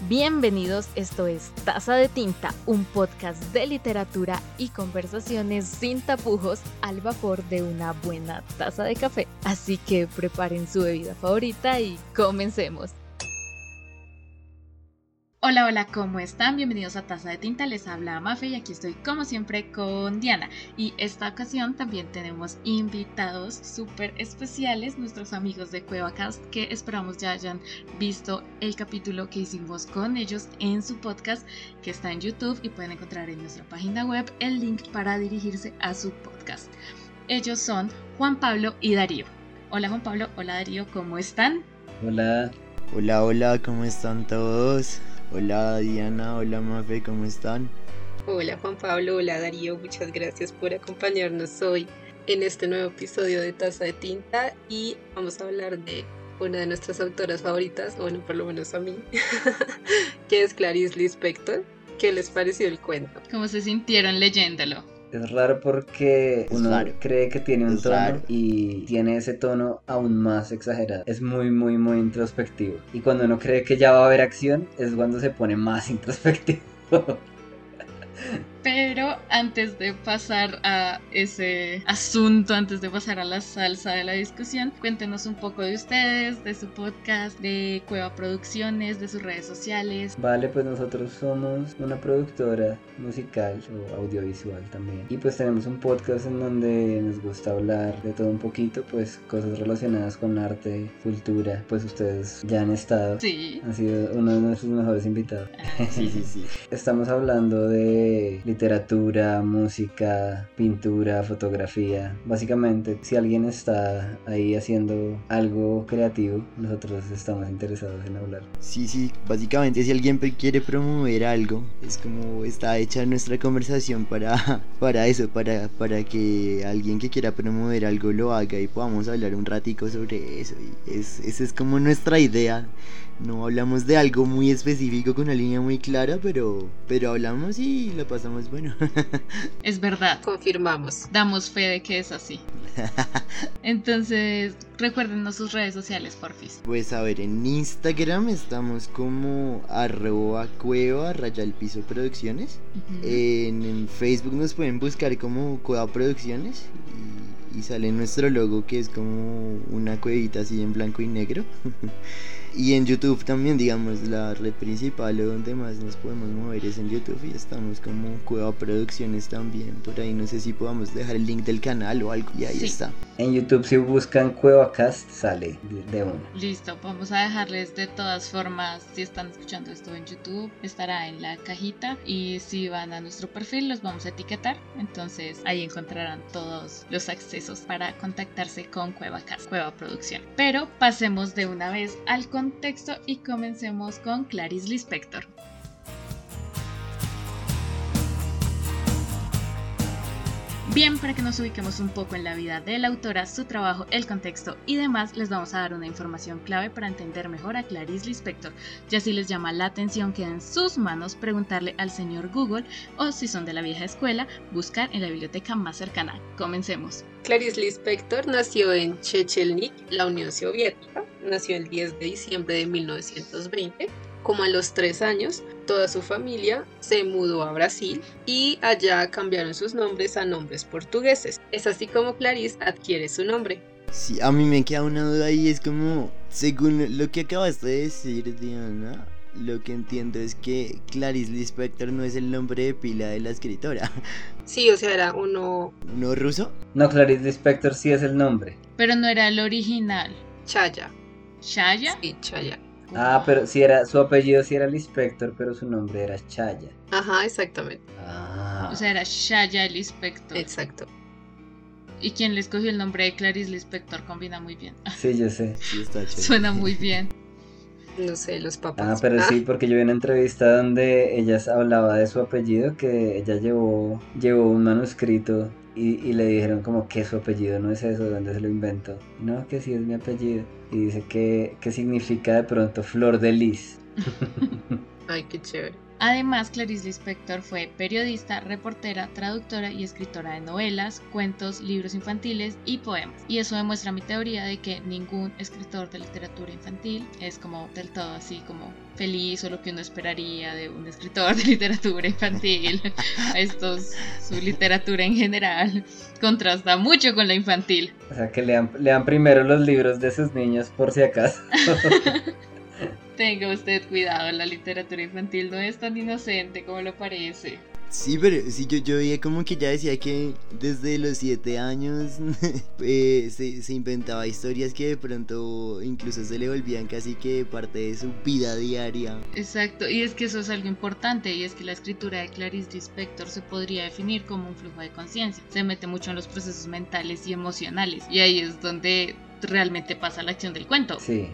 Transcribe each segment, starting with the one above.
Bienvenidos, esto es Taza de Tinta, un podcast de literatura y conversaciones sin tapujos al vapor de una buena taza de café. Así que preparen su bebida favorita y comencemos. Hola, hola, ¿cómo están? Bienvenidos a Taza de Tinta, les habla Mafe y aquí estoy como siempre con Diana. Y esta ocasión también tenemos invitados súper especiales, nuestros amigos de CuevaCast, que esperamos ya hayan visto el capítulo que hicimos con ellos en su podcast, que está en YouTube, y pueden encontrar en nuestra página web el link para dirigirse a su podcast. Ellos son Juan Pablo y Darío. Hola Juan Pablo, hola Darío, ¿cómo están? Hola. Hola, ¿cómo están todos? Hola Diana, hola Mafe, ¿cómo están? Hola Juan Pablo, hola Darío, muchas gracias por acompañarnos hoy en este nuevo episodio de Taza de Tinta y vamos a hablar de una de nuestras autoras favoritas, bueno, por lo menos a mí, que es Clarice Lispector. ¿Qué les pareció el cuento? ¿Cómo se sintieron leyéndolo? Es raro porque uno cree que tiene un tono y tiene ese tono aún más exagerado. Es muy introspectivo. Y cuando uno cree que ya va a haber acción, es cuando se pone más introspectivo. Pero antes de pasar a ese asunto, antes de pasar a la salsa de la discusión, cuéntenos un poco de ustedes, de su podcast, de Cueva Producciones, de sus redes sociales. Vale, pues nosotros somos una productora musical o audiovisual también. Y pues tenemos un podcast en donde nos gusta hablar de todo un poquito, pues cosas relacionadas con arte, cultura. Pues ustedes ya han estado. Sí. Han sido uno de nuestros mejores invitados. Sí. Estamos hablando de literatura, música, pintura, fotografía. Básicamente, si alguien está ahí haciendo algo creativo, nosotros estamos interesados en hablar. Sí, básicamente si alguien quiere promover algo, es como está hecha nuestra conversación para eso, para que alguien que quiera promover algo lo haga y podamos hablar un ratico sobre eso. Y esa es como nuestra idea. No hablamos de algo muy específico con una línea muy clara, pero hablamos y lo pasamos bueno. Es verdad. Confirmamos. Damos fe de que es así. Entonces, recuérdenos sus redes sociales, porfis. Pues a ver, en Instagram estamos como @cueva_producciones. En Facebook nos pueden buscar como Cueva Producciones y sale nuestro logo, que es como una cuevita así en blanco y negro. Y en YouTube también, digamos, la red principal o donde más nos podemos mover es en YouTube y estamos como Cueva Producciones también. Por ahí no sé si podamos dejar el link del canal o algo y ahí Sí. está. En YouTube si buscan CuevaCast sale de una. Listo, vamos a dejarles de todas formas, si están escuchando esto en YouTube, estará en la cajita, y si van a nuestro perfil los vamos a etiquetar, entonces ahí encontrarán todos los accesos para contactarse con CuevaCast, Cueva Producción. Pero pasemos de una vez al contexto y comencemos con Clarice Lispector. Bien, para que nos ubiquemos un poco en la vida de la autora, su trabajo, el contexto y demás, les vamos a dar una información clave para entender mejor a Clarice Lispector. Ya si les llama la atención, queda en sus manos preguntarle al señor Google, o si son de la vieja escuela, buscar en la biblioteca más cercana. Comencemos. Clarice Lispector nació en Chechnya, la Unión Soviética. Nació el 10 de diciembre de 1920. Como a los 3 años, toda su familia se mudó a Brasil y allá cambiaron sus nombres a nombres portugueses. Es así como Clarice adquiere su nombre. Sí, a mí me queda una duda y es como, según lo que acabaste de decir, Diana, lo que entiendo es que Clarice Lispector no es el nombre de pila de la escritora. Sí, o sea, era uno... ¿No ruso? No, Clarice Lispector sí es el nombre. Pero no era el original. Chaya. ¿Shaya? Sí, Chaya. Ah, pero sí era, su apellido sí era Lispector, pero su nombre era Chaya. Ajá, exactamente. Ah. O sea, era Shaya Lispector. Exacto. Y quien le escogió el nombre de Clarice Lispector combina muy bien. Sí, yo sé. Sí, está chévere. Suena muy bien. No sé, los papás. Ah, pero sí, porque yo vi una entrevista donde ella hablaba de su apellido, que ella llevó un manuscrito y le dijeron como que su apellido no es eso, ¿de dónde se lo inventó? No, que sí es mi apellido. Y dice que significa de pronto flor de lis. Ay, qué chévere. Además, Clarice Lispector fue periodista, reportera, traductora y escritora de novelas, cuentos, libros infantiles y poemas. Y eso demuestra mi teoría de que ningún escritor de literatura infantil es como del todo así como feliz o lo que uno esperaría de un escritor de literatura infantil. Su literatura en general contrasta mucho con la infantil. O sea, que lean primero los libros de sus niños por si acaso. Tenga usted cuidado, la literatura infantil no es tan inocente como lo parece. Sí, pero sí, yo veía como que ya decía que desde los 7 años se inventaba historias que de pronto incluso se le volvían casi que parte de su vida diaria. Exacto, y es que eso es algo importante, y es que la escritura de Clarice Lispector se podría definir como un flujo de conciencia. Se mete mucho en los procesos mentales y emocionales, y ahí es donde realmente pasa la acción del cuento. Sí.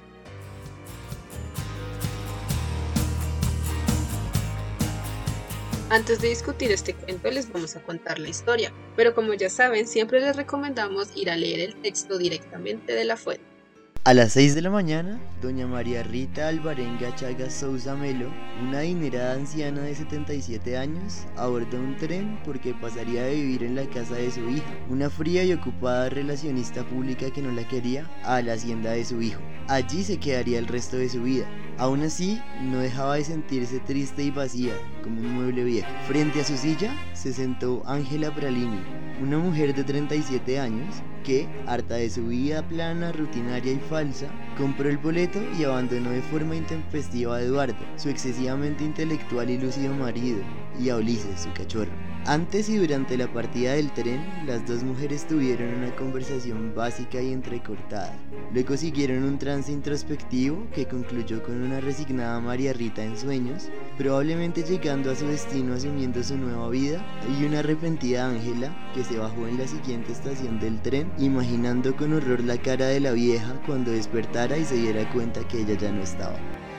Antes de discutir este cuento les vamos a contar la historia, pero como ya saben, siempre les recomendamos ir a leer el texto directamente de la fuente. A las 6 de la mañana, doña María Rita Alvarenga Chagas Sousa Melo, una adinerada anciana de 77 años, abordó un tren porque pasaría a vivir en la casa de su hija, una fría y ocupada relacionista pública que no la quería, a la hacienda de su hijo. Allí se quedaría el resto de su vida. Aún así, no dejaba de sentirse triste y vacía, como un mueble viejo. Frente a su silla se sentó Ángela Pralini, una mujer de 37 años que, harta de su vida plana, rutinaria y falsa, compró el boleto y abandonó de forma intempestiva a Eduardo, su excesivamente intelectual y lúcido marido, y a Ulises, su cachorro. Antes y durante la partida del tren, las dos mujeres tuvieron una conversación básica y entrecortada. Luego siguieron un trance introspectivo que concluyó con una resignada María Rita en sueños, probablemente llegando a su destino asumiendo su nueva vida, y una arrepentida Ángela que se bajó en la siguiente estación del tren, imaginando con horror la cara de la vieja cuando despertara y se diera cuenta que ella ya no estaba.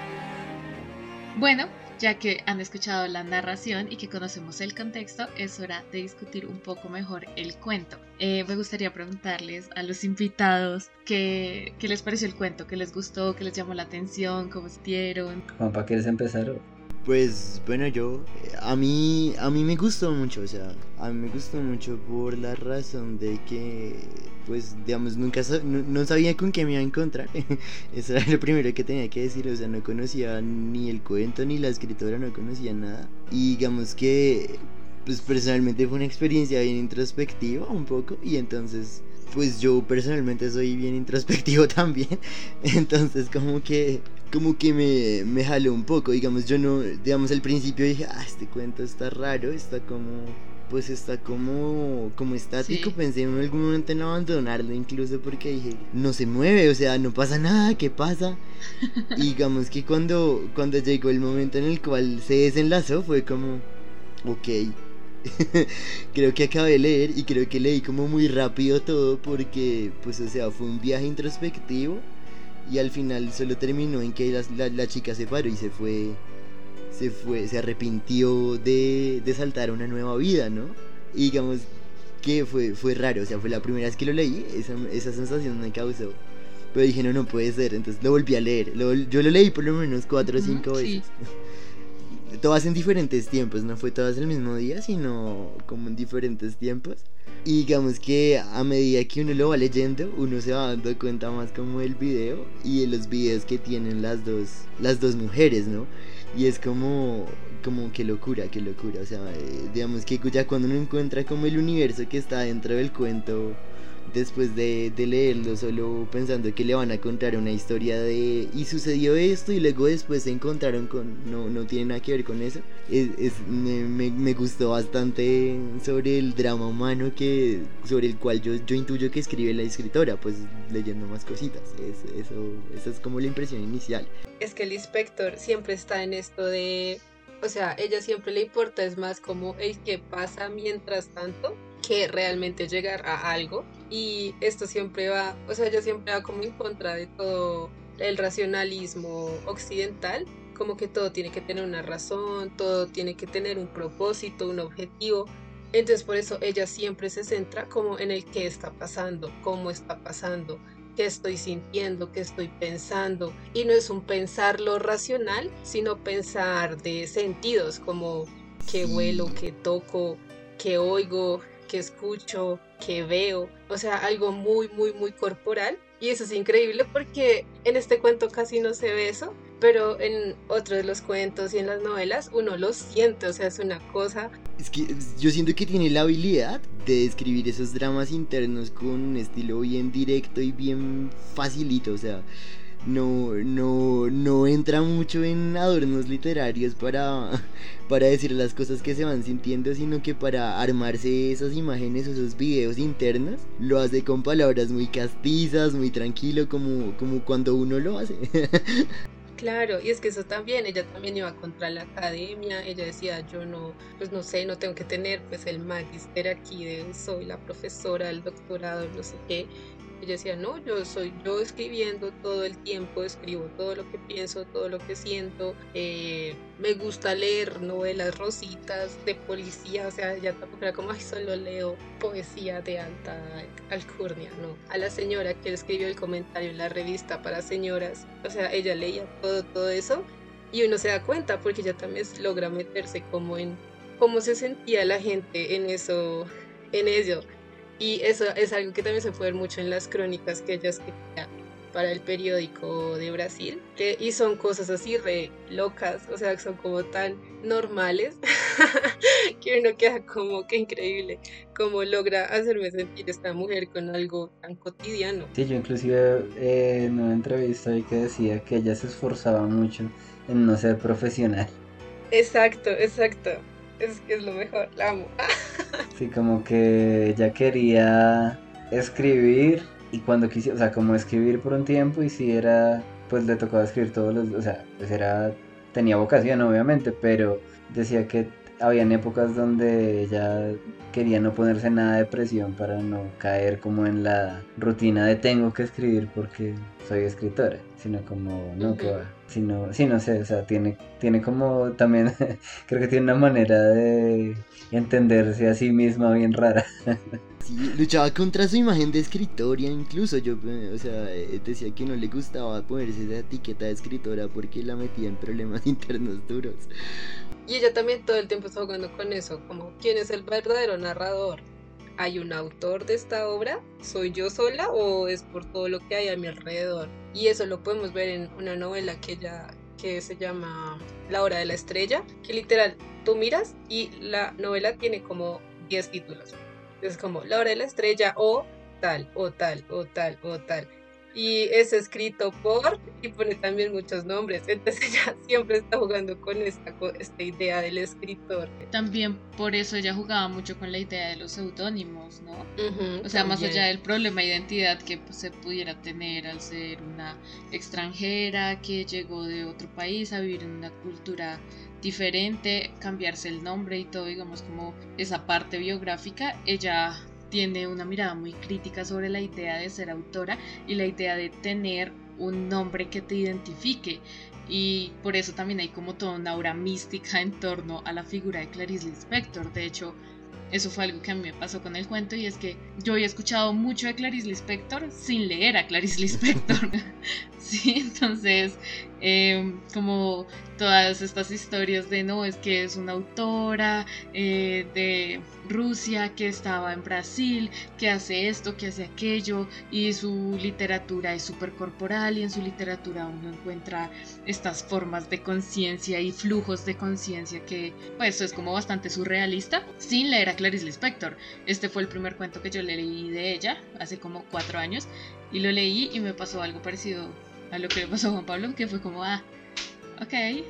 Bueno, ya que han escuchado la narración y que conocemos el contexto, es hora de discutir un poco mejor el cuento. Me gustaría preguntarles a los invitados qué les pareció el cuento, qué les gustó, qué les llamó la atención, cómo se dieron. Juanpa, ¿quieres empezar? Pues bueno, a mí me gustó mucho, o sea, a mí me gustó mucho por la razón de que, pues, digamos, no sabía con qué me iba a encontrar. Eso era lo primero que tenía que decir, o sea, no conocía ni el cuento ni la escritora, no conocía nada. Y digamos que, pues, personalmente fue una experiencia bien introspectiva un poco, y entonces, pues yo personalmente soy bien introspectivo también, entonces como que me jaló un poco, digamos, yo no, digamos, al principio dije, este cuento está raro, está como estático, sí. Pensé en algún momento en abandonarlo incluso porque dije, no se mueve, o sea, no pasa nada, ¿qué pasa? Y digamos que cuando llegó el momento en el cual se desenlazó fue como, ok. Creo que acabé de leer y creo que leí como muy rápido todo porque, pues, o sea, fue un viaje introspectivo y al final solo terminó en que la chica se paró y se arrepintió de saltar a una nueva vida, ¿no? Y digamos que fue raro, o sea, fue la primera vez que lo leí, esa sensación me causó. Pero dije, no puede ser, entonces lo volví a leer, yo lo leí por lo menos 4 o 5 veces. Sí. Todas en diferentes tiempos, no fue todas el mismo día, sino como en diferentes tiempos. Y digamos que a medida que uno lo va leyendo, uno se va dando cuenta más como del video y de los videos que tienen las dos mujeres, ¿no? Y es como qué locura, o sea, digamos que ya cuando uno encuentra como el universo que está dentro del cuento, después de leerlo solo pensando que le van a contar una historia y sucedió esto y luego después se encontraron con, no tiene nada que ver con eso, me gustó bastante sobre el drama humano sobre el cual yo intuyo que escribe la escritora, pues leyendo más cositas, esa es como la impresión inicial. Es que el Lispector siempre está en esto de, o sea, ella siempre le importa, es más como el que pasa mientras tanto que realmente llegar a algo, y esto siempre va, o sea, ella siempre va como en contra de todo el racionalismo occidental, como que todo tiene que tener una razón, todo tiene que tener un propósito, un objetivo. Entonces por eso ella siempre se centra como en el qué está pasando, cómo está pasando, qué estoy sintiendo, qué estoy pensando. Y no es un pensarlo racional, sino pensar de sentidos, como qué huelo, Sí. qué toco, qué oigo, qué escucho, qué veo. O sea, algo muy, muy, muy corporal. Y eso es increíble porque en este cuento casi no se ve eso, pero en otros de los cuentos y en las novelas uno lo siente, o sea, es una cosa. Es que yo siento que tiene la habilidad de describir esos dramas internos con un estilo bien directo y bien facilito, o sea, no entra mucho en adornos literarios para decir las cosas que se van sintiendo, sino que para armarse esas imágenes o esos videos internos, lo hace con palabras muy castizas, muy tranquilo, como cuando uno lo hace. Claro, y es que eso también, ella también iba contra la academia, ella decía, yo no, pues no sé, no tengo que tener pues el magíster aquí de soy la profesora, el doctorado, no sé qué. Ella decía, no, yo soy yo escribiendo todo el tiempo, escribo todo lo que pienso, todo lo que siento, me gusta leer novelas rositas de policía, o sea, ya tampoco era como, ay, solo leo poesía de alta alcurnia, no. A la señora que escribió el comentario en la revista para señoras, o sea, ella leía todo eso y uno se da cuenta porque ella también logra meterse como en cómo se sentía la gente en eso, en ello. Y eso es algo que también se puede ver mucho en las crónicas que ella escribía para el periódico de Brasil, y son cosas así re locas, o sea, son como tan normales que uno queda como que increíble cómo logra hacerme sentir esta mujer con algo tan cotidiano. Sí, yo inclusive en una entrevista vi que decía que ella se esforzaba mucho en no ser profesional. Exacto, exacto. Es que es lo mejor, la amo. Sí, como que ella quería escribir y cuando quisiera, o sea, como escribir por un tiempo y si era, pues le tocaba escribir todos los, o sea, pues era, tenía vocación obviamente, pero decía que habían épocas donde ella quería no ponerse nada de presión para no caer como en la rutina de tengo que escribir porque soy escritora, sino como no, que Ujú. va, sino, sí, no sé, o sea, tiene como también, creo que tiene una manera de entenderse a sí misma bien rara. Sí, luchaba contra su imagen de escritora incluso, o sea, decía que no le gustaba ponerse esa etiqueta de escritora porque la metía en problemas internos duros. Y ella también todo el tiempo está jugando con eso, como ¿quién es el verdadero narrador? ¿Hay un autor de esta obra? ¿Soy yo sola o es por todo lo que hay a mi alrededor? Y eso lo podemos ver en una novela que se llama La hora de la estrella, que literal tú miras y la novela tiene como 10 títulos. Es como La hora de la estrella o tal, o tal, o tal, o tal. Y es escrito por, y pone también muchos nombres. Entonces ella siempre está jugando con esta idea del escritor. También por eso ella jugaba mucho con la idea de los seudónimos, ¿no? Ujú, O sea, más allá también. del problema de identidad que pues, se pudiera tener al ser una extranjera que llegó de otro país a vivir en una cultura diferente, cambiarse el nombre y todo, digamos, como esa parte biográfica, ella tiene una mirada muy crítica sobre la idea de ser autora y la idea de tener un nombre que te identifique. Y por eso también hay como toda una aura mística en torno a la figura de Clarice Lispector. De hecho, eso fue algo que a mí me pasó con el cuento y es que yo había escuchado mucho de Clarice Lispector sin leer a Clarice Lispector. Sí, entonces como todas estas historias de no, es que es una autora de Rusia que estaba en Brasil, que hace esto, que hace aquello y su literatura es súper corporal y en su literatura uno encuentra estas formas de conciencia y flujos de conciencia que pues es como bastante surrealista sin leer a Clarice Lispector. Este fue el primer cuento que yo leí de ella hace como 4 años y lo leí y me pasó algo parecido a lo que le pasó a Juan Pablo, que fue como, ok,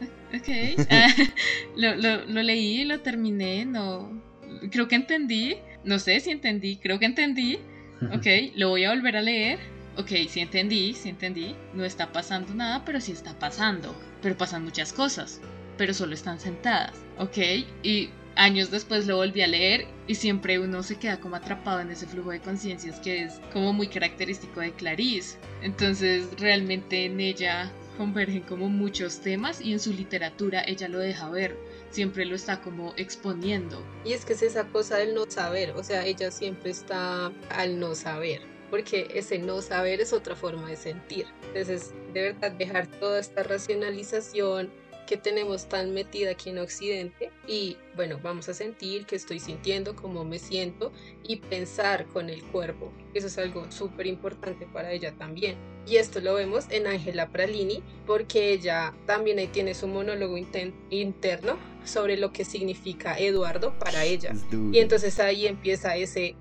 lo leí, lo terminé, no, creo que entendí, no sé si entendí, creo que entendí, ok, lo voy a volver a leer, ok, sí entendí, no está pasando nada, pero sí está pasando, pero pasan muchas cosas, pero solo están sentadas, ok, y años después lo volví a leer y siempre uno se queda como atrapado en ese flujo de conciencias que es como muy característico de Clarice. Entonces realmente en ella convergen como muchos temas y en su literatura ella lo deja ver, siempre lo está como exponiendo. Y es que es esa cosa del no saber, o sea, ella siempre está al no saber. porque ese no saber es otra forma de sentir. Entonces, de verdad, dejar toda esta racionalización que tenemos tan metida aquí en Occidente y bueno, vamos a sentir qué estoy sintiendo, cómo me siento y pensar con el cuerpo. Eso es algo súper importante para ella también. Y esto lo vemos en Angela Pralini porque ella también ahí tiene su monólogo interno sobre lo que significa Eduardo para ella. Y entonces ahí empieza ese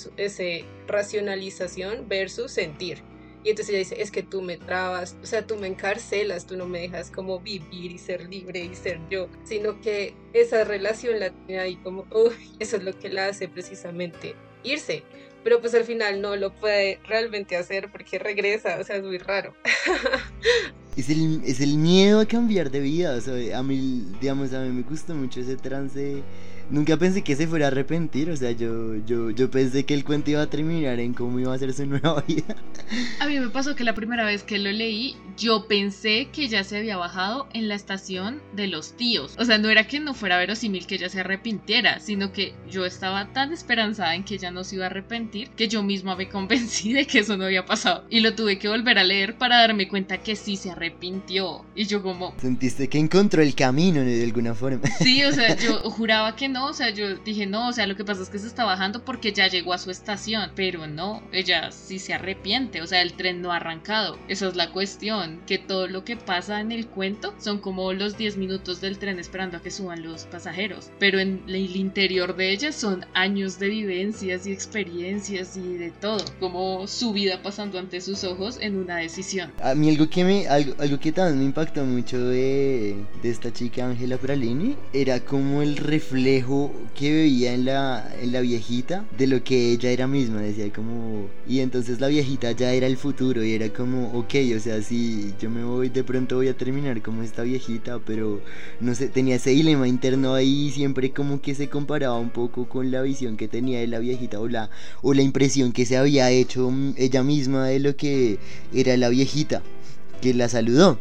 racionalización versus sentir. Y entonces ella dice, es que tú me trabas, o sea, tú me encarcelas, tú no me dejas como vivir y ser libre y ser yo, sino que esa relación la tiene ahí como, eso es lo que la hace precisamente irse. Pero pues al final no lo puede realmente hacer porque regresa, o sea, es muy raro. Es el miedo a cambiar de vida, o sea, a mí me gustó mucho ese trance. Nunca pensé que se fuera a arrepentir, o sea, yo pensé que el cuento iba a terminar en cómo iba a ser su nueva vida. A mí me pasó que la primera vez que lo leí, yo pensé que ya se había bajado en la estación de los tíos. O sea, no era que no fuera verosímil que ella se arrepintiera, sino que yo estaba tan esperanzada en que ella no se iba a arrepentir, que yo misma me convencí de que eso no había pasado. Y lo tuve que volver a leer para darme cuenta que sí se arrepintió. Y yo como... ¿Sentiste que encontró el camino de alguna forma? Sí, o sea, yo juraba que no, o sea, yo dije no, o sea, lo que pasa es que se está bajando porque ya llegó a su estación, pero no, ella sí se arrepiente, o sea, el tren no ha arrancado, esa es la cuestión, que todo lo que pasa en el cuento son como los 10 minutos del tren esperando a que suban los pasajeros, pero en el interior de ella son años de vivencias y experiencias y de todo, como su vida pasando ante sus ojos en una decisión. A mí algo que también me impactó mucho de esta chica Angela Pralini era como el reflejo que veía en la viejita de lo que ella era misma, decía como, y entonces la viejita ya era el futuro y era como, ok, o sea, si yo me voy, de pronto voy a terminar como esta viejita, pero no sé, tenía ese dilema interno ahí, siempre como que se comparaba un poco con la visión que tenía de la viejita o la impresión que se había hecho ella misma de lo que era la viejita que la saludó.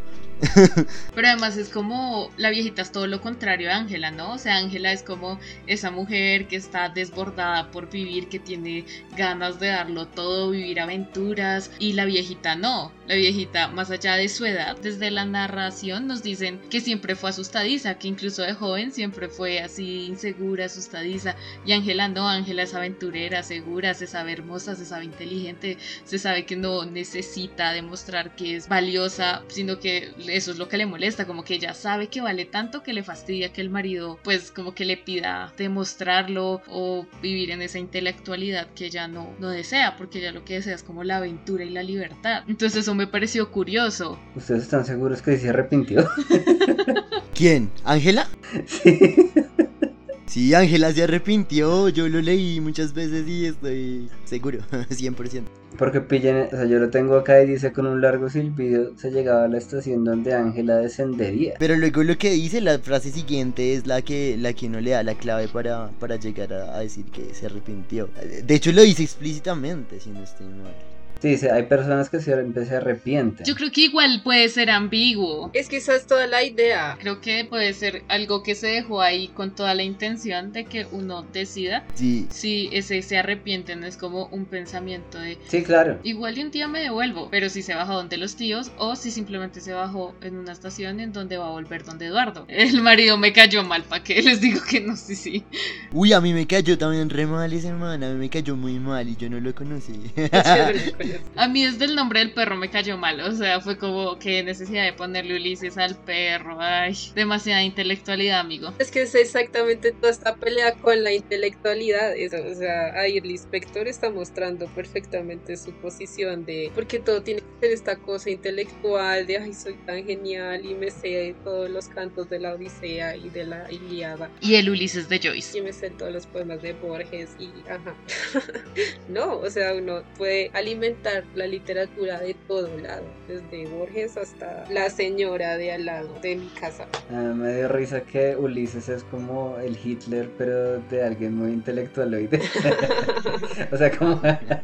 Pero además es como la viejita es todo lo contrario a Ángela, ¿no? O sea, Ángela es como esa mujer que está desbordada por vivir, que tiene ganas de darlo todo, vivir aventuras, y la viejita no. La viejita, más allá de su edad, desde la narración nos dicen que siempre fue asustadiza, que incluso de joven siempre fue así insegura, asustadiza, y Ángela no, Ángela es aventurera, segura, se sabe hermosa, se sabe inteligente, se sabe que no necesita demostrar que es valiosa, sino que eso es lo que le molesta, como que ella sabe que vale tanto que le fastidia que el marido pues como que le pida demostrarlo o vivir en esa intelectualidad que ella no desea, porque ella lo que desea es como la aventura y la libertad. Entonces eso me pareció curioso. ¿Ustedes están seguros que se arrepintió? ¿Quién? ¿Ángela? Sí. Sí, Ángela se arrepintió, yo lo leí muchas veces y estoy seguro, 100%. Porque pillen, o sea, yo lo tengo acá y dice con un largo silbido se llegaba a la estación donde Ángela descendería. Pero luego lo que dice, la frase siguiente es la que uno le da la clave para llegar a decir que se arrepintió. De hecho lo dice explícitamente, si no estoy mal. Sí, hay personas que se arrepienten. Yo creo que igual puede ser ambiguo. Es que esa es toda la idea. Creo que puede ser algo que se dejó ahí con toda la intención de que uno decida si ese se arrepienten es como un pensamiento de... Sí, claro. Igual y un día me devuelvo, pero si se bajó donde los tíos o si simplemente se bajó en una estación en donde va a volver donde Eduardo. El marido me cayó mal, ¿para qué? Les digo que no, sí. Uy, a mí me cayó también re mal ese man, a mí me cayó muy mal y yo no lo conocí. A mí desde el nombre del perro me cayó mal, o sea, fue como que necesidad de ponerle Ulises al perro, ay, demasiada intelectualidad, amigo. Es que es exactamente toda esta pelea con la intelectualidad, eso, o sea, ahí el inspector está mostrando perfectamente su posición de, porque todo tiene que ser esta cosa intelectual de, ay, soy tan genial y me sé todos los cantos de la Odisea y de la Ilíada. Y el Ulises de Joyce. Y me sé todos los poemas de Borges y, ajá. No, o sea, uno puede alimentar la literatura de todo lado, desde Borges hasta la señora de al lado de mi casa. Me dio risa que Ulises es como el Hitler, pero de alguien muy intelectualoide. O sea, como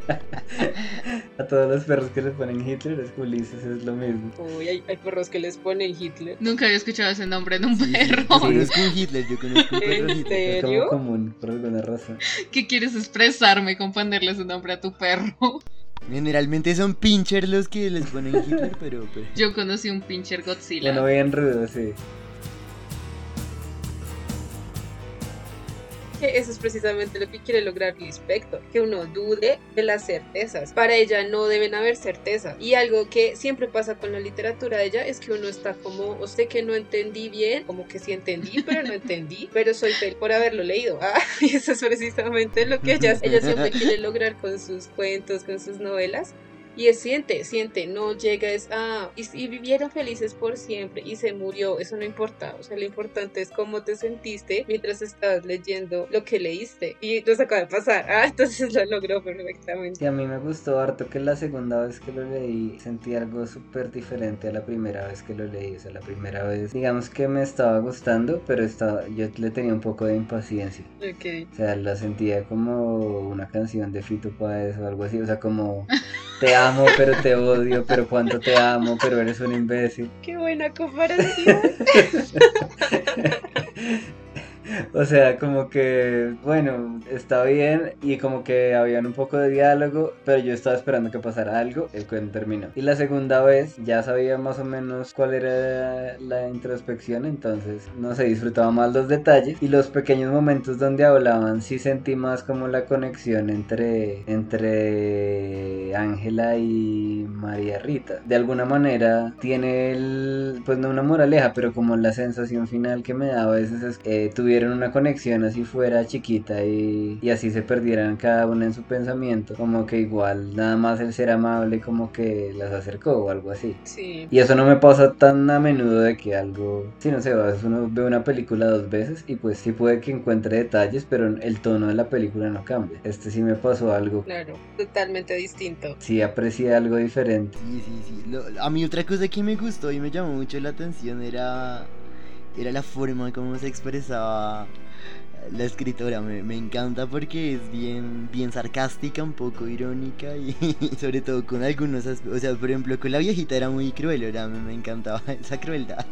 a todos los perros que les ponen Hitler, es que Ulises es lo mismo. Uy, hay perros que les ponen Hitler. Nunca había escuchado ese nombre en un perro. Yo conozco un Hitler, yo conozco un perro ¿En Hitler. serio? Es como común, por alguna razón. ¿Qué quieres expresarme con ponerle su nombre a tu perro? Generalmente son pincher los que les ponen Hitler, pero... Yo conocí un pincher Godzilla. Bueno, bien rudo, sí. Eso es precisamente lo que quiere lograr Lispector, que uno dude de las certezas. Para ella no deben haber certezas. Y algo que siempre pasa con la literatura de ella es que uno está como, o sé que no entendí bien, como que sí entendí, pero no entendí, pero soy feliz por haberlo leído. Y eso es precisamente lo que ella siempre quiere lograr con sus cuentos, con sus novelas. Y es siente, no llega, y vivieron felices por siempre y se murió, eso no importa, o sea, lo importante es cómo te sentiste mientras estabas leyendo lo que leíste y nos acaba de pasar, entonces lo logró perfectamente. Sí, a mí me gustó harto que la segunda vez que lo leí sentí algo súper diferente a la primera vez que lo leí, o sea, la primera vez, digamos que me estaba gustando, pero yo le tenía un poco de impaciencia. Okay. O sea, la sentía como una canción de Fito Páez o algo así, o sea, como... Te amo, pero te odio, pero cuánto te amo, pero eres un imbécil. ¡Qué buena comparación! O sea, como que, bueno, está bien y como que habían un poco de diálogo, pero yo estaba esperando que pasara algo, el cuento terminó. Y la segunda vez ya sabía más o menos cuál era la introspección, entonces no se disfrutaba más los detalles y los pequeños momentos donde hablaban sí sentí más como la conexión entre Ángela y María Rita. De alguna manera tiene pues no una moraleja, pero como la sensación final que me da a veces es que tuvieron una conexión así fuera chiquita y así se perdieran cada una en su pensamiento, como que igual nada más el ser amable como que las acercó o algo así. Sí. Y eso no me pasa tan a menudo de que algo, sí, no sé, a veces uno ve una película 2 veces y pues sí puede que encuentre detalles, pero el tono de la película no cambia. Sí me pasó algo. Claro, totalmente distinto. Sí aprecié algo diferente. Sí. A mí otra cosa que me gustó y me llamó mucho la atención era la forma como se expresaba la escritora. Me encanta porque es bien sarcástica, un poco irónica y sobre todo con algunos aspectos. O sea, por ejemplo, con la viejita era muy cruel, me encantaba esa crueldad.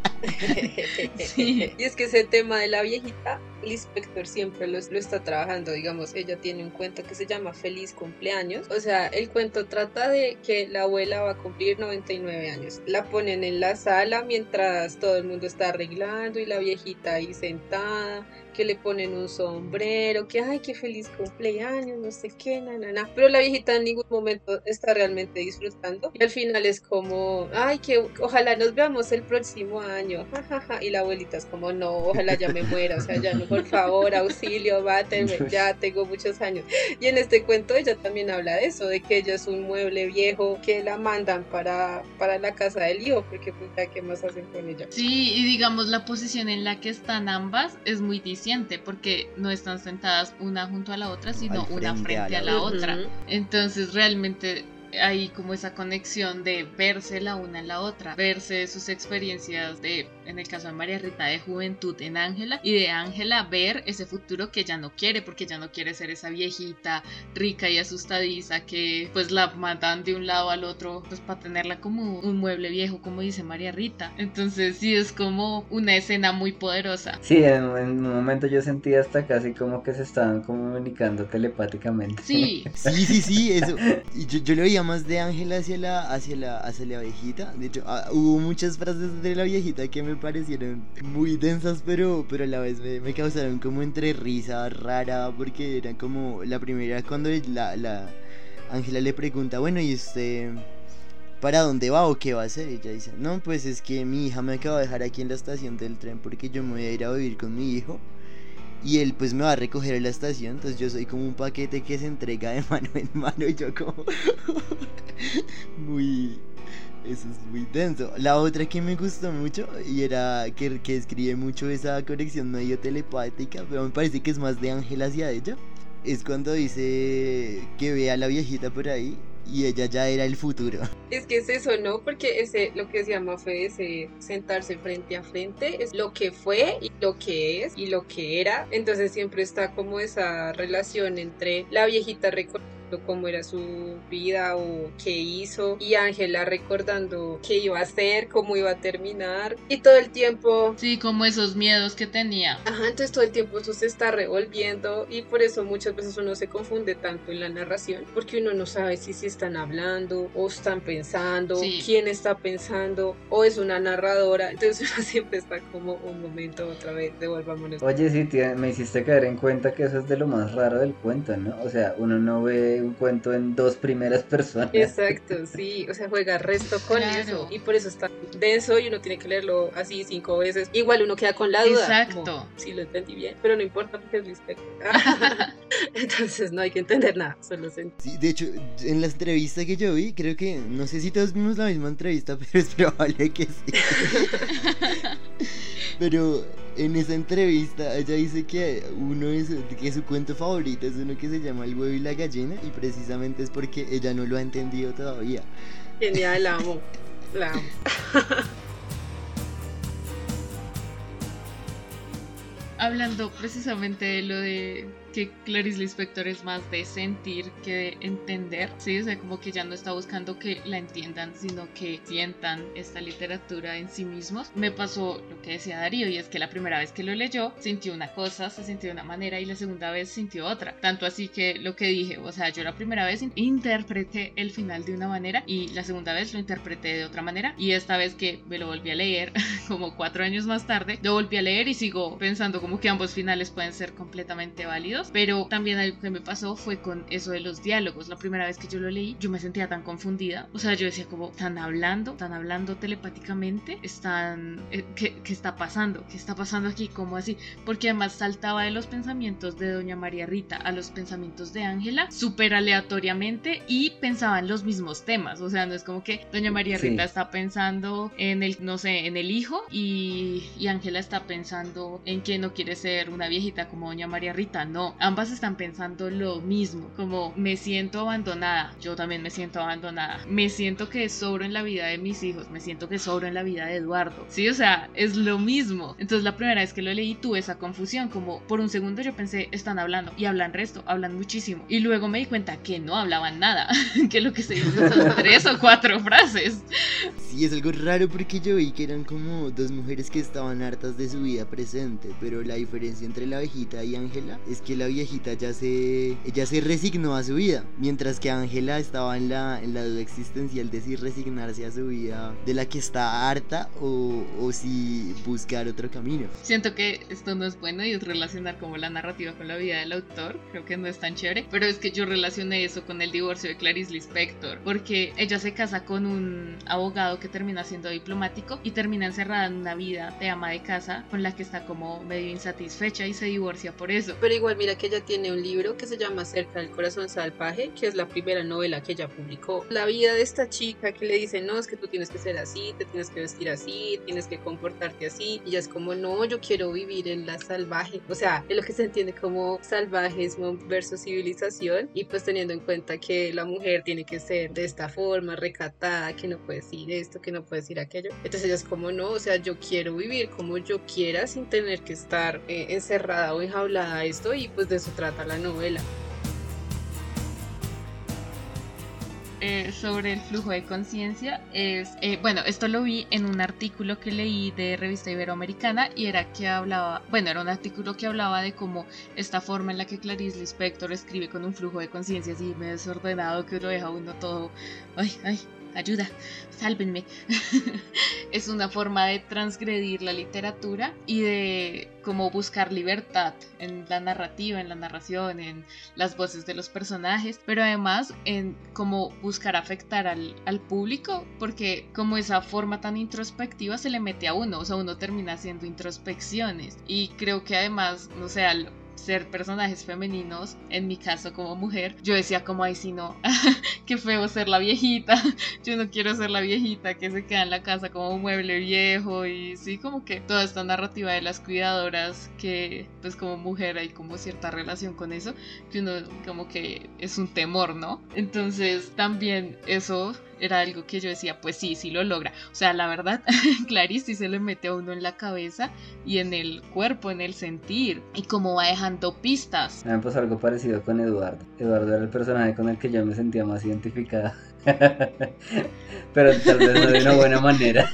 Sí. Y es que ese tema de la viejita, Lispector siempre lo está trabajando. Digamos, ella tiene un cuento que se llama Feliz Cumpleaños. O sea, el cuento trata de que la abuela va a cumplir 99 años. La ponen en la sala mientras todo el mundo está arreglando y la viejita ahí sentada, que le ponen un sombrero, que ay, qué feliz cumpleaños, no sé qué, pero la viejita en ningún momento está realmente disfrutando y al final es como, ay, que ojalá nos veamos el próximo año, y la abuelita es como, no, ojalá ya me muera, o sea, ya no, por favor, auxilio, báteme, ya tengo muchos años. Y en este cuento ella también habla de eso, de que ella es un mueble viejo que la mandan para la casa del hijo, porque pues ya qué más hacen con ella. Sí, y digamos la posición en la que están ambas es muy distinta, porque no están sentadas una junto a la otra, sino una frente a la otra. Entonces realmente hay como esa conexión de verse la una en la otra, verse sus experiencias en el caso de María Rita, de juventud en Ángela, y de Ángela ver ese futuro que ella no quiere, porque ella no quiere ser esa viejita rica y asustadiza que pues la matan de un lado al otro pues para tenerla como un mueble viejo, como dice María Rita. Entonces sí es como una escena muy poderosa. Sí, en un momento yo sentí hasta casi como que se estaban comunicando telepáticamente. Sí, eso. Y yo lo veía más de Ángela hacia la viejita. De hecho, hubo muchas frases de la viejita que me parecieron muy densas, pero a la vez me causaron como entre risa rara, porque eran como la primera cuando la Ángela le pregunta, bueno, ¿y usted para dónde va o qué va a hacer? Y ella dice, no, pues es que mi hija me acaba de dejar aquí en la estación del tren porque yo me voy a ir a vivir con mi hijo y él pues me va a recoger en la estación, entonces yo soy como un paquete que se entrega de mano en mano y yo como eso es muy denso. La otra que me gustó mucho y era que escribe mucho esa conexión medio telepática, pero me parece que es más de Ángela hacia ella, es cuando dice que ve a la viejita por ahí y ella ya era el futuro. Es que es eso, ¿no? Porque lo que se llama fue ese sentarse frente a frente, es lo que fue y lo que es y lo que era. Entonces siempre está como esa relación entre la viejita recordando contando cómo era su vida o qué hizo, y Ángela recordando qué iba a hacer, cómo iba a terminar, y todo el tiempo... Sí, como esos miedos que tenía. Ajá, entonces todo el tiempo eso se está revolviendo, y por eso muchas veces uno se confunde tanto en la narración, porque uno no sabe si están hablando o están pensando, quién está pensando, o es una narradora. Entonces uno siempre está como un momento, otra vez, devolvámonos. Oye, sí, tía, me hiciste caer en cuenta que eso es de lo más raro del cuento, ¿no? O sea, uno no ve un cuento en 2 primeras personas. Exacto, sí, o sea, juega resto con eso, y por eso está denso y uno tiene que leerlo así 5 veces. Igual uno queda con la duda. Exacto. Sí, lo entendí bien, pero no importa porque es Lispector. Entonces no hay que entender nada, solo sentir. Sí, de hecho, en la entrevista que yo vi, creo que, no sé si todos vimos la misma entrevista, pero es probable que sí. Pero en esa entrevista ella dice que que su cuento favorito es uno que se llama El huevo y la gallina, y precisamente es porque ella no lo ha entendido todavía. Genial, la amo. La amo. Hablando precisamente de lo de que Clarice Lispector es más de sentir que de entender, sí, o sea, como que ya no está buscando que la entiendan, sino que sientan esta literatura en sí mismos. Me pasó lo que decía Darío, y es que la primera vez que lo leyó sintió una cosa, se sintió de una manera, y la segunda vez sintió otra, tanto así que lo que dije, o sea, yo la primera vez interpreté el final de una manera y la segunda vez lo interpreté de otra manera, y esta vez que me lo volví a leer como 4 años más tarde, lo volví a leer y sigo pensando como que ambos finales pueden ser completamente válidos. Pero también algo que me pasó fue con eso de los diálogos. La primera vez que yo lo leí, yo me sentía tan confundida. O sea, yo decía como, ¿están hablando telepáticamente? ¿Qué está pasando? ¿Qué está pasando aquí? ¿Cómo así? Porque además saltaba de los pensamientos de Doña María Rita a los pensamientos de Ángela súper aleatoriamente, y pensaban los mismos temas. O sea, no es como que Doña María Rita está pensando en el, no sé, en el hijo, y Ángela está pensando en que no quiere ser una viejita como Doña María Rita. No, ambas están pensando lo mismo, como me siento abandonada, yo también me siento abandonada, me siento que sobro en la vida de mis hijos, me siento que sobro en la vida de Eduardo, sí, o sea, es lo mismo. Entonces la primera vez que lo leí tuve esa confusión, como por un segundo yo pensé, están hablando, y hablan resto, hablan muchísimo, y luego me di cuenta que no hablaban nada, que lo que se dice son 3 o 4 frases. Sí, es algo raro porque yo vi que eran como 2 mujeres que estaban hartas de su vida presente, pero la diferencia entre la viejita y Ángela es que la viejita ella se resignó a su vida, mientras que Ángela estaba en la duda existencial de si resignarse a su vida de la que está harta o si buscar otro camino. Siento que esto no es bueno, y es relacionar como la narrativa con la vida del autor, creo que no es tan chévere, pero es que yo relacioné eso con el divorcio de Clarice Lispector, porque ella se casa con un abogado que termina siendo diplomático y termina encerrada en una vida de ama de casa con la que está como medio insatisfecha, y se divorcia por eso. Pero igual mira que ella tiene un libro que se llama Cerca del corazón salvaje, que es la primera novela que ella publicó. La vida de esta chica que le dice, no, es que tú tienes que ser así, te tienes que vestir así, tienes que comportarte así, y ella es como, no, yo quiero vivir en la salvaje, o sea, es lo que se entiende como salvajismo versus civilización, y pues teniendo en cuenta que la mujer tiene que ser de esta forma, recatada, que no puede decir esto, que no puede decir aquello. Entonces ella es como, no, o sea, yo quiero vivir como yo quiera sin tener que estar encerrada o enjaulada a esto, y pues de eso trata la novela. Sobre el flujo de conciencia es, bueno, esto lo vi en un artículo que leí de Revista Iberoamericana, y era un artículo que hablaba de cómo esta forma en la que Clarice Lispector escribe con un flujo de conciencia así medio desordenado, que lo deja uno todo, ay, ayuda, sálvenme. Es una forma de transgredir la literatura y de como buscar libertad en la narrativa, en la narración, en las voces de los personajes, pero además en como buscar afectar al público, porque como esa forma tan introspectiva se le mete a uno, o sea, uno termina haciendo introspecciones, y creo que además, no sé, ser personajes femeninos, en mi caso como mujer, yo decía como, ay, si no, qué feo ser la viejita, yo no quiero ser la viejita que se queda en la casa como un mueble viejo, y sí, como que toda esta narrativa de las cuidadoras, que pues como mujer hay como cierta relación con eso, que uno como que es un temor, ¿no? Entonces también eso era algo que yo decía, pues sí, sí lo logra. O sea, la verdad, Clarice sí se le mete a uno en la cabeza y en el cuerpo, en el sentir, y cómo va dejando pistas. A mí me pasó algo parecido con Eduardo. Eduardo era el personaje con el que yo me sentía más identificada. Pero tal vez no de una buena manera.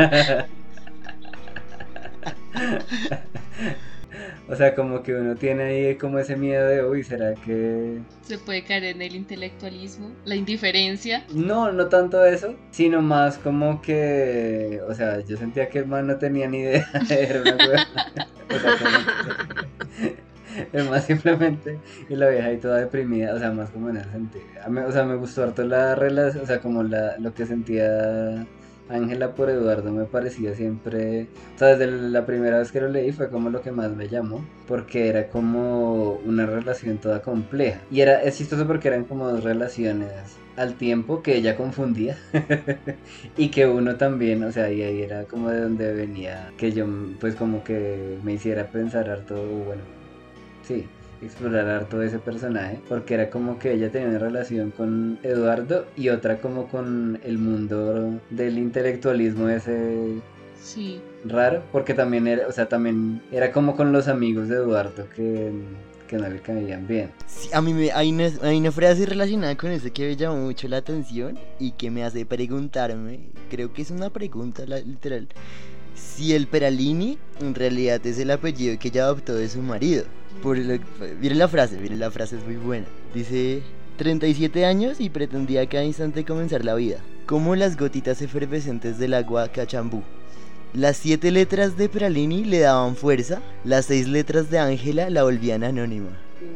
O sea, como que uno tiene ahí como ese miedo de, uy, ¿será que...? Se puede caer en el intelectualismo, la indiferencia. No, no tanto eso, sino más como que, o sea, yo sentía que el man no tenía ni idea, era una hueva. O sea, como que el man simplemente, y la vieja ahí toda deprimida, o sea, más como en ese sentido. O sea, me gustó harto la relación, o sea, como lo que sentía Ángela por Eduardo me parecía siempre, o sea, desde la primera vez que lo leí fue como lo que más me llamó, porque era como una relación toda compleja. Y es chistoso porque eran como dos relaciones al tiempo que ella confundía y que uno también, o sea, y ahí era como de donde venía, que yo pues como que me hiciera pensar harto, bueno, sí, explorar harto ese personaje, porque era como que ella tenía una relación con Eduardo y otra como con el mundo del intelectualismo ese Sí. raro, porque también era, o sea, también era como con los amigos de Eduardo que no le caían bien. Sí, a mí hay una frase relacionada con eso que me llamó mucho la atención y que me hace preguntarme, creo que es una pregunta literal, si el Peralini en realidad es el apellido que ella adoptó de su marido. Miren la frase es muy buena. Dice, 37 años y pretendía a cada instante comenzar la vida, como las gotitas efervescentes del agua Cachambú. Las 7 letras de Peralini le daban fuerza, las 6 letras de Ángela la volvían anónima.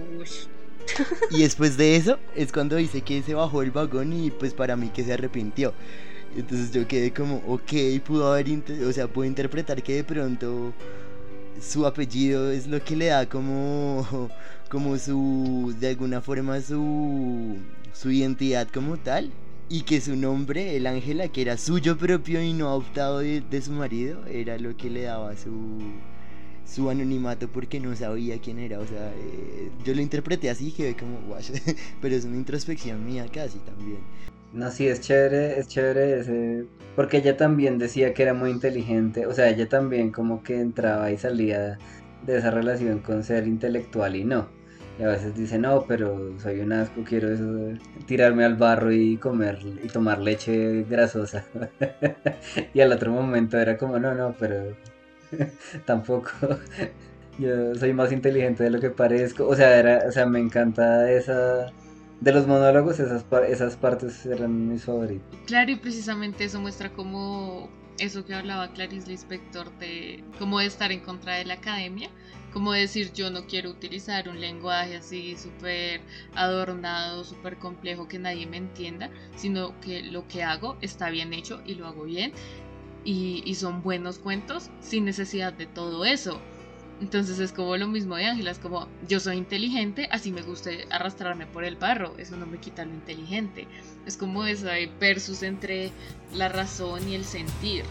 Y después de eso es cuando dice que se bajó el vagón y pues para mí que se arrepintió. Entonces yo quedé como, ok, puedo interpretar que de pronto su apellido es lo que le da como de alguna forma su identidad como tal, y que su nombre, el Ángela, que era suyo propio y no adoptado de su marido, era lo que le daba su anonimato porque no sabía quién era. O sea, yo lo interpreté así y quedé como, guay, pero es una introspección mía casi también. No, sí, es chévere ese, porque ella también decía que era muy inteligente, o sea, ella también como que entraba y salía de esa relación con ser intelectual y no. Y a veces dice, no, pero soy un asco, quiero eso de tirarme al barro y comer y tomar leche grasosa. Y al otro momento era como, no, pero tampoco. Yo soy más inteligente de lo que parezco. O sea, me encanta esa. De los monólogos, esas partes eran mis favoritas. Claro, y precisamente eso muestra como eso que hablaba Clarice Lispector de como de estar en contra de la academia, como decir yo no quiero utilizar un lenguaje así súper adornado, súper complejo que nadie me entienda, sino que lo que hago está bien hecho y lo hago bien y son buenos cuentos sin necesidad de todo eso. Entonces es como lo mismo de Ángela, es como yo soy inteligente, así me gusta arrastrarme por el barro, eso no me quita lo inteligente. Es como ese versus entre la razón y el sentir.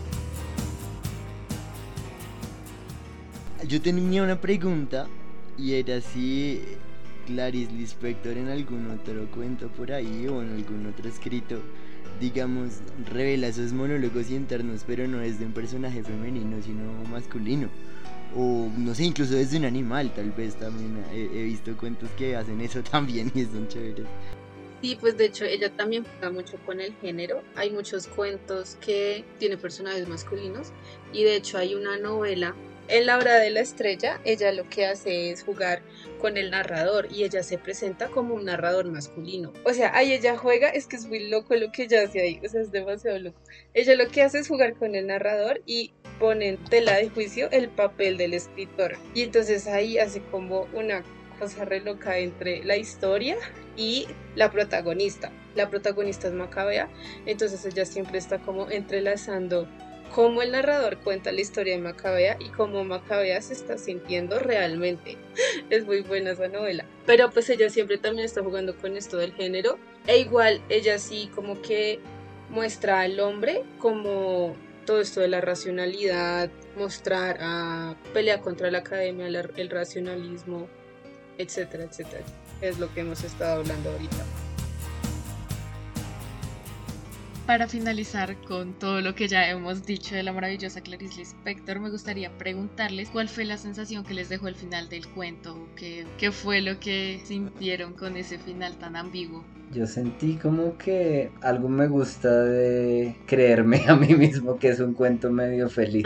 Yo tenía una pregunta y era si Clarice Lispector en algún otro cuento por ahí o en algún otro escrito, digamos, revela esos monólogos internos, pero no desde un personaje femenino, sino masculino. O no sé, incluso desde un animal, tal vez también he visto cuentos que hacen eso también y son chéveres. Sí, pues de hecho ella también juega mucho con el género. Hay muchos cuentos que tienen personajes masculinos y de hecho hay una novela, En la hora de la estrella, ella lo que hace es jugar con el narrador y ella se presenta como un narrador masculino. O sea, ahí ella juega, es que es muy loco lo que ella hace ahí, o sea, es demasiado loco. Ella lo que hace es jugar con el narrador y pone en tela de juicio el papel del escritor. Y entonces ahí hace como una cosa re loca entre la historia y la protagonista. La protagonista es Macabea, entonces ella siempre está como entrelazando cómo el narrador cuenta la historia de Macabea y cómo Macabea se está sintiendo realmente. Es muy buena esa novela. Pero pues ella siempre también está jugando con esto del género. E igual ella sí como que muestra al hombre como todo esto de la racionalidad, mostrar a pelea contra la academia, el racionalismo, etcétera, etcétera. Es lo que hemos estado hablando ahorita. Para finalizar con todo lo que ya hemos dicho de la maravillosa Clarice Lispector, me gustaría preguntarles cuál fue la sensación que les dejó el final del cuento, qué fue lo que sintieron con ese final tan ambiguo. Yo sentí como que algo me gusta de creerme a mí mismo que es un cuento medio feliz.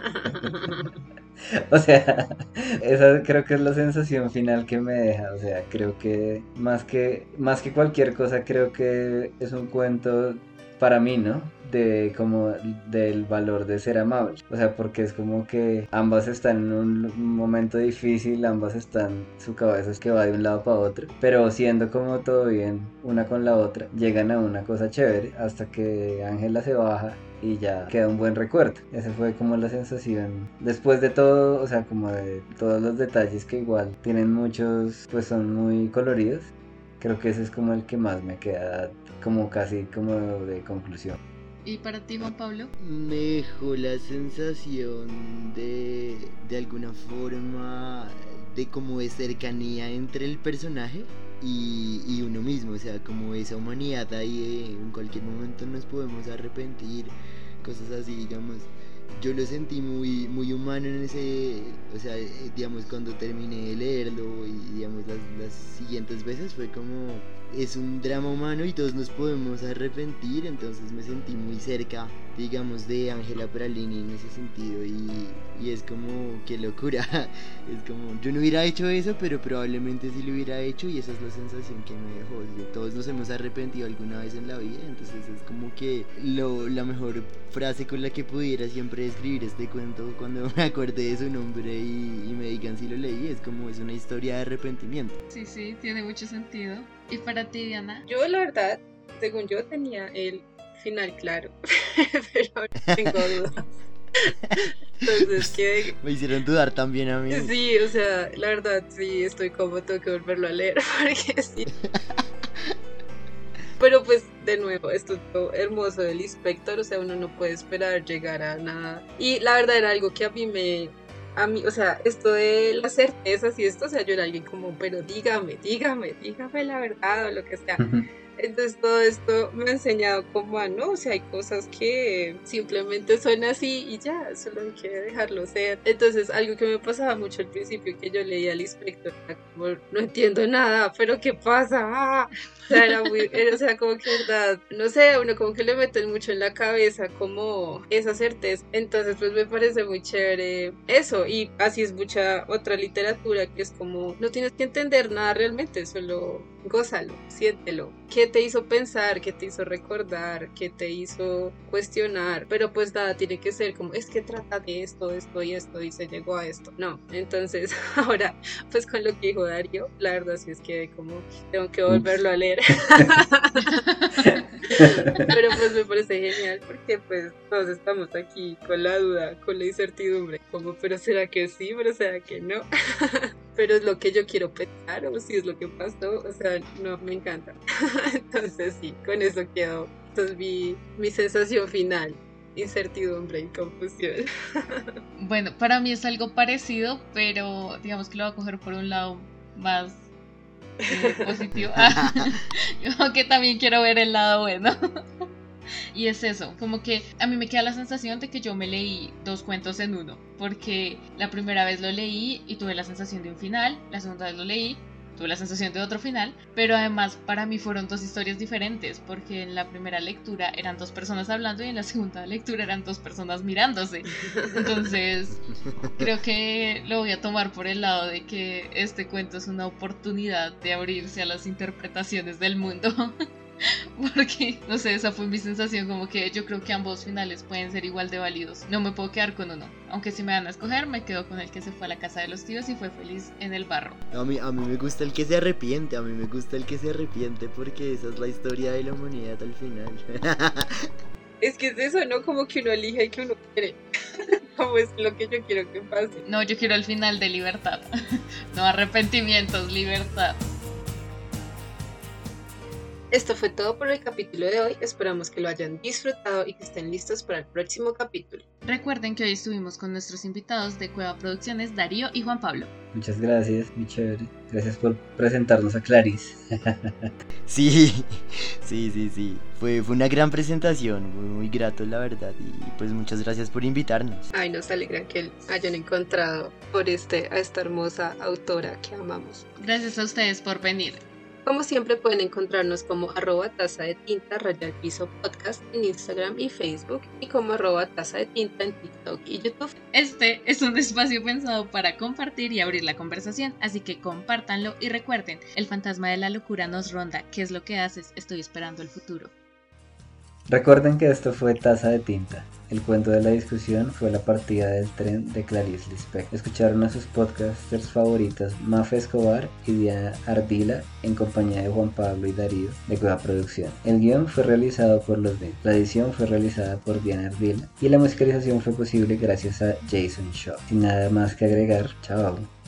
O sea, esa creo que es la sensación final que me deja. O sea, creo que más que cualquier cosa, creo que es un cuento para mí, ¿no? De como del valor de ser amable. O sea, porque es como que ambas están en un momento difícil, ambas están, su cabeza es que va de un lado para otro, pero siendo como todo bien una con la otra, llegan a una cosa chévere hasta que Ángela se baja y ya queda un buen recuerdo. Esa fue como la sensación después de todo, o sea, como de todos los detalles que igual tienen muchos, pues son muy coloridos. Creo que ese es como el que más me queda como casi como de conclusión. ¿Y para ti, Juan Pablo? Me dejó la sensación de alguna forma de como de cercanía entre el personaje y uno mismo, o sea, como esa humanidad ahí, en cualquier momento nos podemos arrepentir, cosas así, digamos. Yo lo sentí muy, muy humano en ese, o sea, digamos, cuando terminé de leerlo y digamos las siguientes veces fue como, es un drama humano y todos nos podemos arrepentir, entonces me sentí muy cerca, digamos, de Ángela Pralini en ese sentido y es como, qué locura, es como, yo no hubiera hecho eso, pero probablemente sí lo hubiera hecho y esa es la sensación que me dejó, todos nos hemos arrepentido alguna vez en la vida, entonces es como que la mejor frase con la que pudiera siempre escribir este cuento cuando me acordé de su nombre y me digan si lo leí, es como es una historia de arrepentimiento. Sí, tiene mucho sentido. ¿Y para ti, Diana? Yo, la verdad, según yo tenía el final claro, pero ahora tengo dudas. Entonces, ¿qué? Me hicieron dudar también a mí. Sí, o sea, la verdad, sí, estoy como, tengo que volverlo a leer, porque sí. Pero pues, de nuevo, esto es lo hermoso del Lispector, o sea, uno no puede esperar llegar a nada. Y la verdad era algo que a mí, o sea, esto de las certezas y esto, o sea, yo era alguien como, pero dígame la verdad o lo que sea. Entonces todo esto me ha enseñado como a no, o sea, hay cosas que simplemente son así y ya, solo hay que dejarlo ser. Entonces algo que me pasaba mucho al principio que yo leía al Lispector era como, no entiendo nada, pero ¿qué pasa? O sea, o sea, como que verdad, no sé, a uno como que le meten mucho en la cabeza como esa certeza. Entonces pues me parece muy chévere eso, y así es mucha otra literatura que es como, no tienes que entender nada realmente, solo gózalo, siéntelo. ¿Qué te hizo pensar? ¿Qué te hizo recordar? ¿Qué te hizo cuestionar? Pero pues nada, tiene que ser como, es que trata de esto y esto y se llegó a esto. No, entonces ahora pues con lo que dijo Darío, la verdad sí es que como tengo que volverlo a leer. Pero pues me parece genial porque pues todos estamos aquí con la duda, con la incertidumbre, como, pero ¿será que sí? ¿Pero será que no? Pero es lo que yo quiero pensar o si es lo que pasó, o sea, no, me encanta. Entonces sí, con eso quedó. Entonces mi sensación final, incertidumbre y confusión. Bueno, para mí es algo parecido, pero digamos que lo voy a coger por un lado más positivo. Yo que también quiero ver el lado bueno. Y es eso, como que a mí me queda la sensación de que yo me leí 2 cuentos en uno, porque la primera vez lo leí y tuve la sensación de un final, la segunda vez lo leí, tuve la sensación de otro final, pero además para mí fueron 2 historias diferentes, porque en la primera lectura eran 2 personas hablando y en la segunda lectura eran 2 personas mirándose. Entonces creo que lo voy a tomar por el lado de que este cuento es una oportunidad de abrirse a las interpretaciones del mundo. Porque, no sé, esa fue mi sensación, como que yo creo que ambos finales pueden ser igual de válidos. No me puedo quedar con uno. Aunque si me van a escoger, me quedo con el que se fue a la casa de los tíos y fue feliz en el barro. A mí me gusta el que se arrepiente, porque esa es la historia de la humanidad al final. Es que es eso, ¿no? Como que uno elige y que uno quiere. Como es lo que yo quiero que pase. No, yo quiero el final de libertad. No arrepentimientos, libertad. Esto fue todo por el capítulo de hoy, esperamos que lo hayan disfrutado y que estén listos para el próximo capítulo. Recuerden que hoy estuvimos con nuestros invitados de Cueva Producciones, Darío y Juan Pablo. Muchas gracias, muy chévere. Gracias por presentarnos a Clarice. Sí. Fue una gran presentación, muy grato la verdad. Y pues muchas gracias por invitarnos. Ay, nos alegra que hayan encontrado a esta hermosa autora que amamos. Gracias a ustedes por venir. Como siempre pueden encontrarnos como @taza_de_tinta_podcast en Instagram y Facebook y como @taza_de_tinta en TikTok y YouTube. Este es un espacio pensado para compartir y abrir la conversación, así que compártanlo y recuerden, el fantasma de la locura nos ronda. ¿Qué es lo que haces? Estoy esperando el futuro. Recuerden que esto fue Taza de Tinta. El cuento de la discusión fue La partida del tren de Clarice Lispector. Escucharon a sus podcasters favoritas Mafe Escobar y Diana Ardila en compañía de Juan Pablo y Darío de Cueva Producción. El guión fue realizado por los mismos, la edición fue realizada por Diana Ardila y la musicalización fue posible gracias a Jason Shaw. Sin nada más que agregar, chao.